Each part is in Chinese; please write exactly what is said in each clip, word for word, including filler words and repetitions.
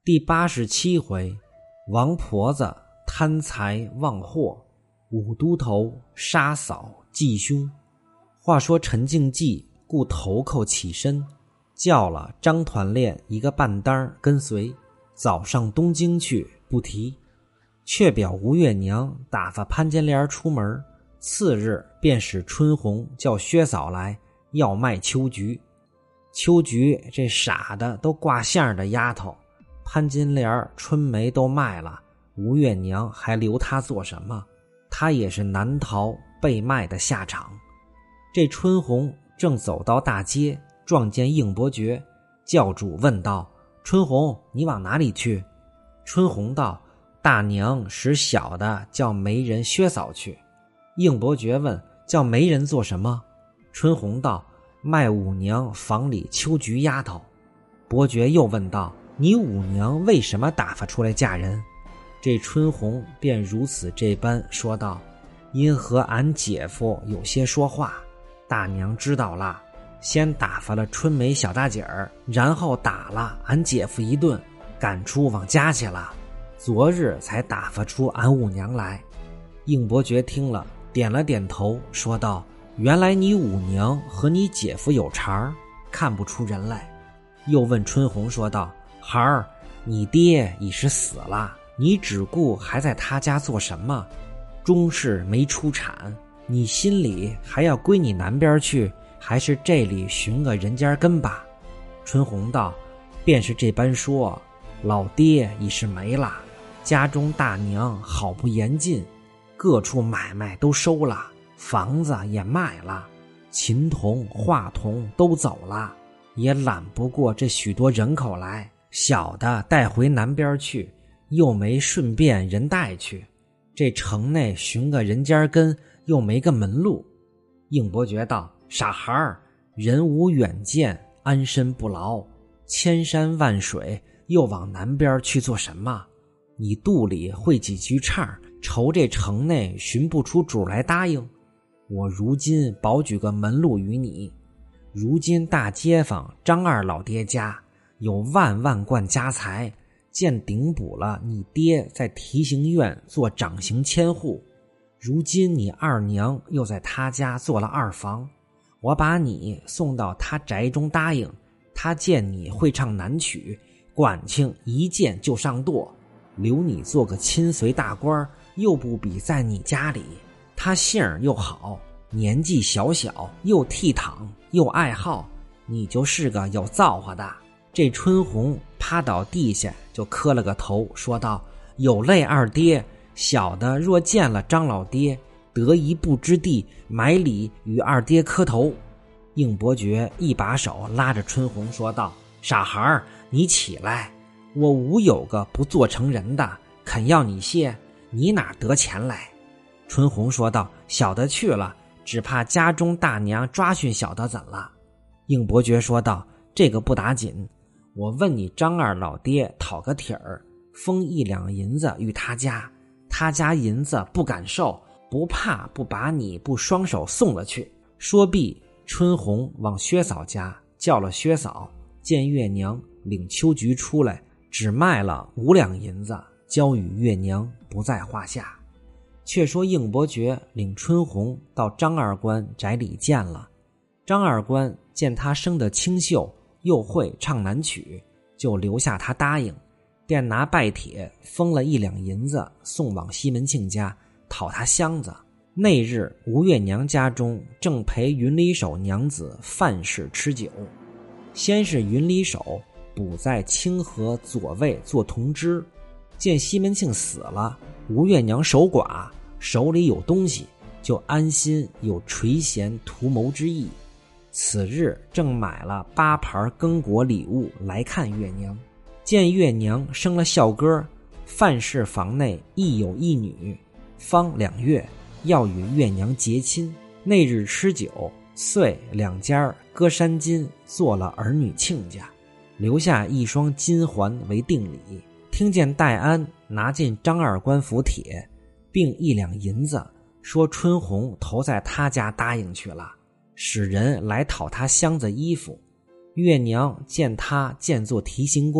第八十七回，王婆子贪财忘货，五都头杀嫂继凶。话说陈敬济顾头寇起身，叫了张团练一个半单跟随，早上东京去不提，却表吴月娘打发潘金莲出门，次日便使春红叫薛嫂来要卖秋菊。秋菊这傻的都挂相的丫头，潘金莲春梅都卖了，吴月娘还留她做什么？她也是难逃被卖的下场。这春红正走到大街，撞见应伯爵，教主问道：春红，你往哪里去？春红道：大娘使小的叫媒人薛嫂去。应伯爵问：叫媒人做什么？春红道：卖五娘房里秋菊丫头。伯爵又问道：你五娘为什么打发出来嫁人？这春红便如此这般说道：因和俺姐夫有些说话，大娘知道了，先打发了春梅小大姐儿，然后打了俺姐夫一顿，赶出往家去了，昨日才打发出俺五娘来。应伯爵听了点了点头，说道：原来你五娘和你姐夫有茬，看不出人来。又问春红说道：孩儿，你爹已是死了，你只顾还在他家做什么？终是没出产，你心里还要归你南边去，还是这里寻个人家根吧？春红道：便是这般说，老爹已是没了，家中大娘好不严禁，各处买卖都收了，房子也卖了，琴童画童都走了，也揽不过这许多人口来，小的带回南边去，又没顺便人带去，这城内寻个人家根又没个门路。应伯爵道：傻孩儿，人无远见，安身不牢，千山万水又往南边去做什么？你肚里会几句唱，愁这城内寻不出主来答应。我如今保举个门路于你，如今大街坊张二老爹家有万万贯家财，见顶补了你爹在提刑院做掌刑千户，如今你二娘又在他家做了二房，我把你送到他宅中答应，他见你会唱南曲，管庆一见就上舵，留你做个亲随大官，又不比在你家里。他姓又好，年纪小小，又倜傥又爱好，你就是个有造化的。这春红趴倒地下就磕了个头，说道：有泪二爹，小的若见了张老爹，得一步之地，买礼与二爹磕头。应伯爵一把手拉着春红说道：傻孩儿，你起来，我无有个不做成人的，肯要你谢，你哪得钱来？春红说道：小的去了，只怕家中大娘抓训小的怎了？应伯爵说道：这个不打紧，我问你张二老爹讨个帖儿，封一两银子与他家，他家银子不敢受，不怕不把你不双手送了去。说毕，春红往薛嫂家叫了薛嫂，见月娘领秋菊出来，只卖了五两银子，交与月娘不在话下。却说应伯爵领春红到张二官宅里见了，张二官见他生得清秀，又会唱南曲，就留下他答应，便拿拜帖封了一两银子送往西门庆家讨他箱子。那日吴月娘家中正陪云里手娘子范氏吃酒，先是云里手补在清河左卫做同知，见西门庆死了，吴月娘守寡，手里有东西，就安心有垂涎图谋之意。此日正买了八盘羹果礼物来看月娘，见月娘生了孝哥，范氏房内亦有一女，方两月，要与月娘结亲。那日吃酒，遂两家割山金，做了儿女亲家，留下一双金环为定礼。听见戴安拿进张二官府帖，并一两银子，说春红投在他家答应去了，使人来讨他箱子衣服。月娘见他见作提刑官，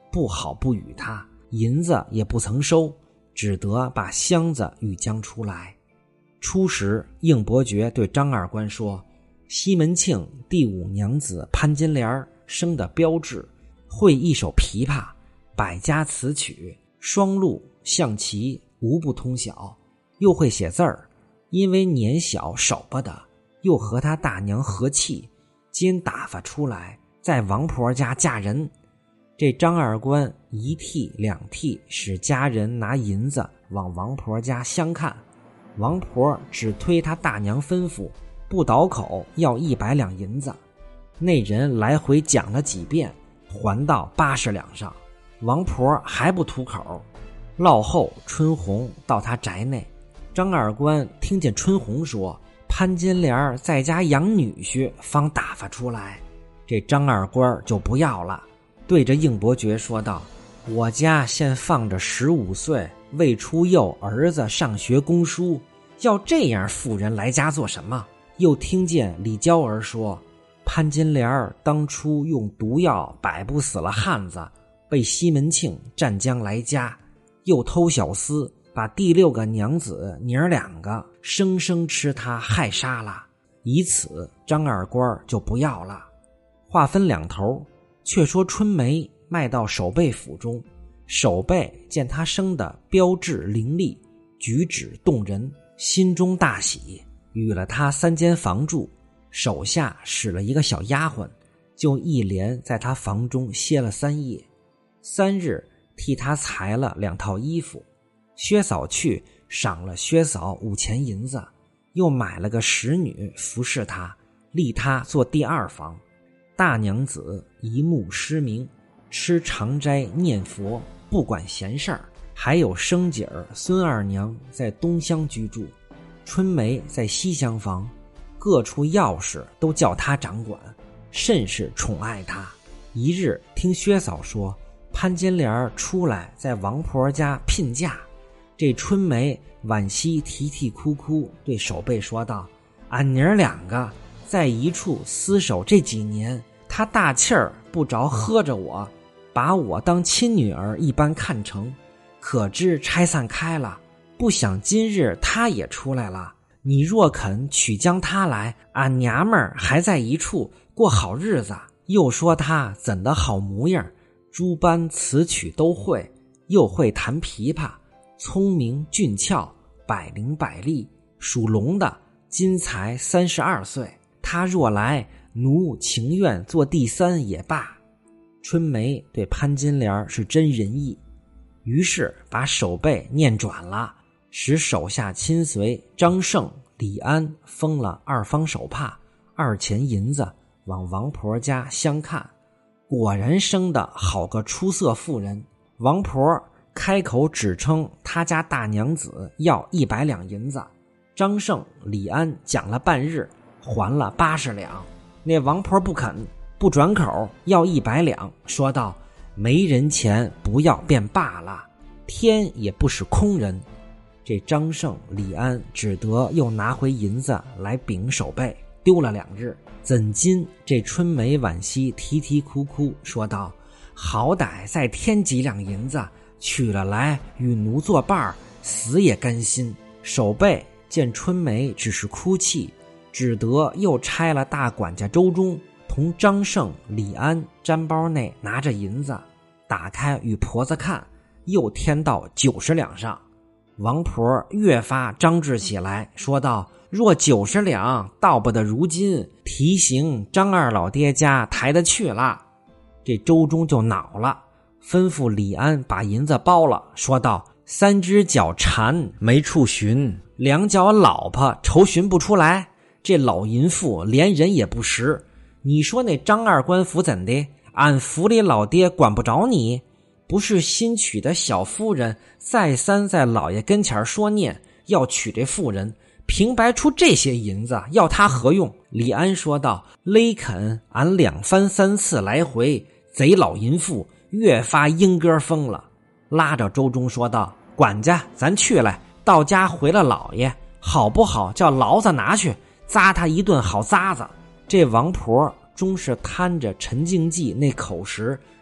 不好不与他，银子也不曾收，只得把箱子欲将出来。初时应伯爵对张二官说，西门庆第五娘子潘金莲生的标致，会一手琵琶，百家词曲，双陆象棋无不通晓，又会写字儿，因为年小手不得，又和他大娘和气，今打发出来在王婆家嫁人。这张二官一替两替使家人拿银子往王婆家相看，王婆只推他大娘吩咐，不倒口要一百两银子。那人来回讲了几遍，还到八十两上，王婆还不吐口。落后春红到他宅内，张二官听见春红说，潘金莲在家养女婿，方打发出来。这张二官就不要了，对着应伯爵说道，我家现放着十五岁未出幼儿子上学供书，要这样妇人来家做什么？又听见李娇儿说，潘金莲当初用毒药摆不死了汉子，被西门庆战将来家，又偷小厮，把第六个娘子娘两个生生吃他害杀了，以此张二官就不要了。话分两头，却说春梅卖到守备府中，守备见他生的标致伶俐，举止动人，心中大喜，与了他三间房住，手下使了一个小丫鬟，就一连在他房中歇了三夜。三日替他裁了两套衣服，薛嫂去赏了薛嫂五钱银子，又买了个使女服侍他，立他做第二房。大娘子一目失明，吃长斋念佛，不管闲事儿。还有生姐儿孙二娘在东厢居住，春梅在西厢房，各处钥匙都叫他掌管，甚是宠爱他。一日听薛嫂说，潘金莲出来在王婆家聘嫁，这春梅惋惜啼啼哭哭，对守备说道，俺娘两个在一处厮守这几年，他大气儿不着喝着我，把我当亲女儿一般看成，可知拆散开了，不想今日他也出来了，你若肯娶将他来，俺娘们儿还在一处过好日子。又说他怎的好模样，诸般词曲都会，又会弹琵琶，聪明俊俏，百灵百丽，属龙的，今才三十二岁，他若来，奴情愿做第三也罢。春梅对潘金莲是真仁义，于是把守备念转了，使手下亲随张胜、李安封了二方手帕、二钱银子，往王婆家相看。果然生得好个出色妇人。王婆开口只称他家大娘子要一百两银子，张胜、李安讲了半日，还了八十两。那王婆不肯，不转口要一百两，说道，没人钱不要便罢了，天也不是空人。这张胜、李安只得又拿回银子来禀守备，丢了两日。怎今这春梅惋惜啼啼哭哭，说道，好歹再添几两银子，取了来与奴作伴，死也甘心。守备见春梅只是哭泣，只得又差了大管家周忠同张胜、李安毡包内拿着银子，打开与婆子看，又添到九十两上。王婆越发张志起来，说道，若九十两到不得如今，提刑张二老爹家抬得去了。这周忠就恼了，吩咐李安把银子包了，说道，三只脚缠没处寻，两脚老婆愁寻不出来，这老淫妇连人也不识。你说那张二官府怎的？俺府里老爹管不着你？不是新娶的小夫人，再三在老爷跟前说念要娶这妇人，平白出这些银子，要他何用？李安说道，勒肯俺两番三次来回，贼老淫妇越发莺歌疯了。拉着周忠说道，管家咱去来，到家回了老爷，好不好叫牢子拿去扎他一顿好扎子。这王婆终是贪着陈静济那口实，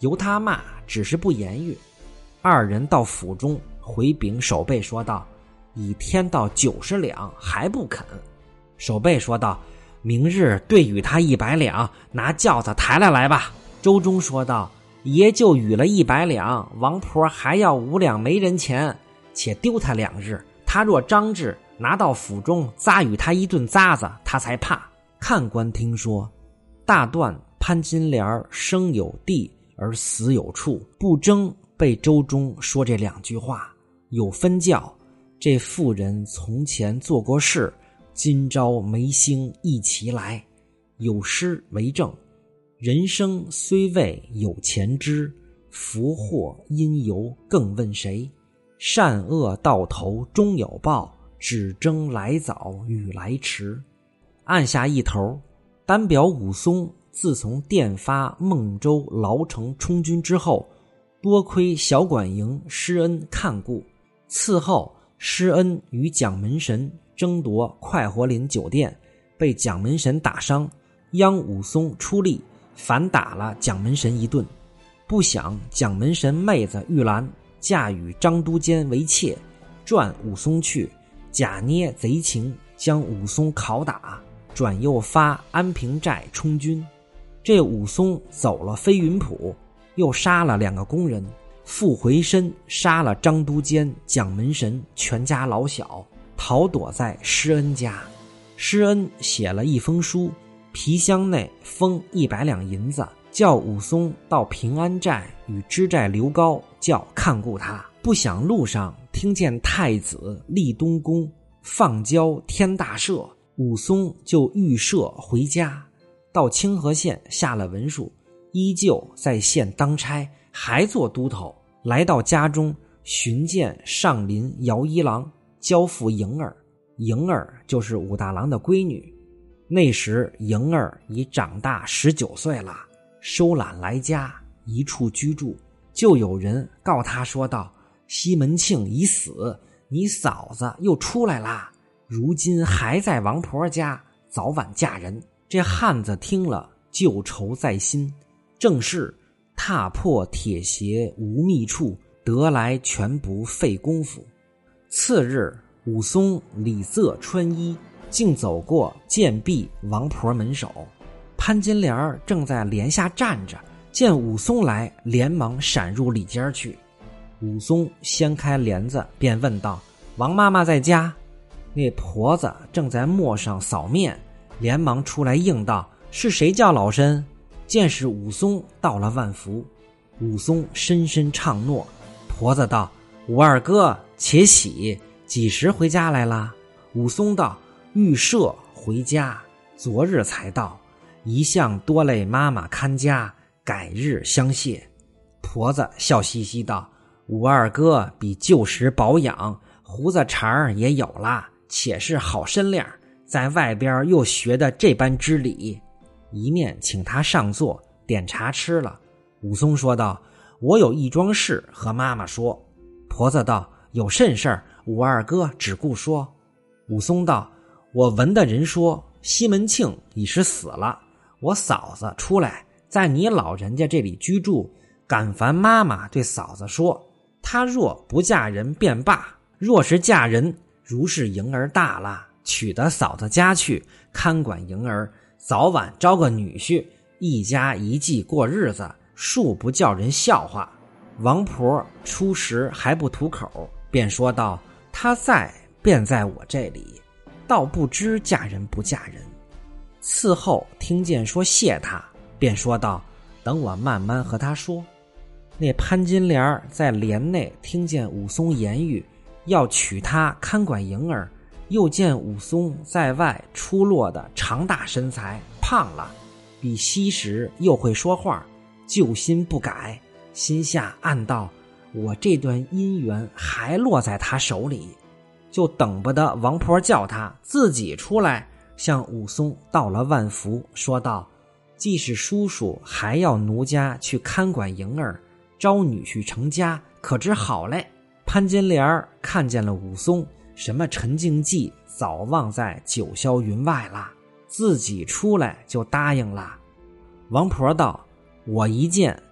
由他骂，只是不言语。二人到府中，回禀守备说道：已添到九十两，还不肯。守备说道：明日对与他一百两，拿轿子抬来来吧。周忠说道：爷就与了一百两，王婆还要五两没人钱，且丢他两日，他若张志拿到府中，扎与他一顿扎子，他才怕。看官听说，大段潘金莲生有地而死有处，不争被周忠说这两句话，有分教这妇人从前做过事，今朝眉星一齐来，有诗为证：人生虽未有前知，福祸因由更问谁？善恶到头终有报，只争来早与来迟。按下一头，单表武松自从电发孟州牢城充军之后，多亏小管营施恩看顾，次后施恩与蒋门神争夺快活林酒店，被蒋门神打伤，央武松出力反打了蒋门神一顿。不想蒋门神妹子玉兰嫁与张都监为妾，赚武松去，假捏贼情，将武松拷打，转又发安平寨充军。这武松走了飞云浦，又杀了两个工人，复回身杀了张都监蒋门神全家老小，逃躲在施恩家。施恩写了一封书，皮箱内封一百两银子，叫武松到平安寨与知寨刘高叫看顾他。不想路上听见太子立东宫放交天大赦，武松就预赦回家，到清河县下了文书，依旧在县当差，还做都头。来到家中，寻见上林姚一郎，交付莹儿。莹儿就是武大郎的闺女。那时莹儿已长大十九岁了，收揽来家，一处居住。就有人告他说道：西门庆已死，你嫂子又出来啦，如今还在王婆家，早晚嫁人。这汉子听了，旧仇在心，正是踏破铁鞋无觅处，得来全不费功夫。次日，武松礼色穿衣，竟走过建壁王婆门首。潘金莲正在帘下站着，见武松来，连忙闪入里间去。武松掀开帘子，便问道：王妈妈在家？那婆子正在磨上扫面，连忙出来应道：是谁叫老身？见是武松，到了万福。武松深深唱诺。婆子道：武二哥且喜，几时回家来啦？武松道：预设回家，昨日才到，一向多累妈妈看家，改日相谢。婆子笑嘻嘻道：武二哥比旧时保养，胡子茬也有了，且是好身量，在外边又学的这般知礼。一面请他上座，点茶吃了。武松说道：我有一桩事和妈妈说。婆子道：有甚事儿，武二哥只顾说。武松道：我闻的人说西门庆已是死了，我嫂子出来在你老人家这里居住，敢烦妈妈对嫂子说，她若不嫁人便罢，若是嫁人，如是莹儿大了，娶到嫂子家去看管莹儿，早晚招个女婿，一家一计过日子，恕不叫人笑话。王婆初时还不吐口，便说道：她在便在我这里，倒不知嫁人不嫁人。次后听见说谢他，便说道：等我慢慢和他说。那潘金莲在帘内听见武松言语，要娶她看管莹儿，又见武松在外出落的长大身材，胖了，比昔时又会说话，旧心不改，心下暗道：我这段姻缘还落在他手里，就等不得王婆叫他，自己出来向武松道了万福，说道：既是叔叔，还要奴家去看管莹儿，招女婿成家，可知好嘞。潘金莲看见了武松，什么陈静济早忘在九霄云外了，自己出来就答应了。王婆道：我一见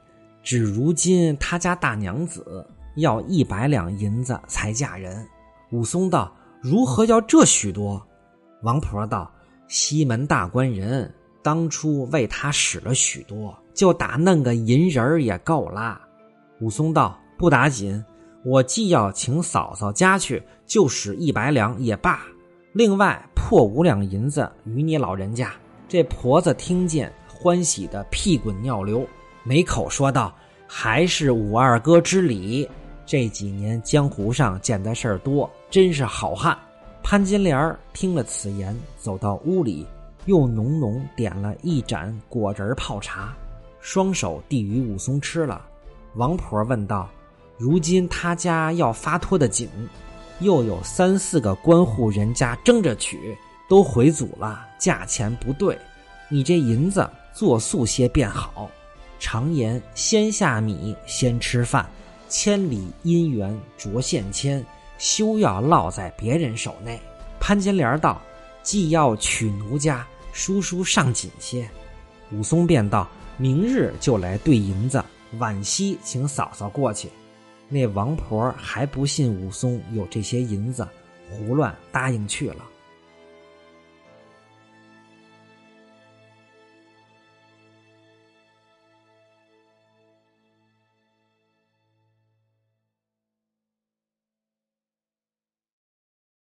只如今他家大娘子要一百两银子才嫁人。武松道：如何要这许多？王婆道：西门大官人当初为他使了许多，就打弄个银人也够了。武松道：不打紧，我既要请嫂嫂家去，就使一百两也罢，另外破五两银子与你老人家。这婆子听见，欢喜的屁滚尿流，没口说道：还是五二哥之礼，这几年江湖上见的事儿多，真是好汉。潘金莲听了此言，走到屋里，又浓浓点了一盏果仁泡茶，双手递与武松吃了。王婆问道：如今他家要发脱的紧，又有三四个官户人家争着取，都回祖了，价钱不对，你这银子做素些便好。常言先下米先吃饭，千里姻缘着线牵，休要落在别人手内。潘金莲道：既要娶奴家，叔叔上紧些。武松便道：明日就来兑银子，晚些请嫂嫂过去。那王婆还不信武松有这些银子，胡乱答应去了。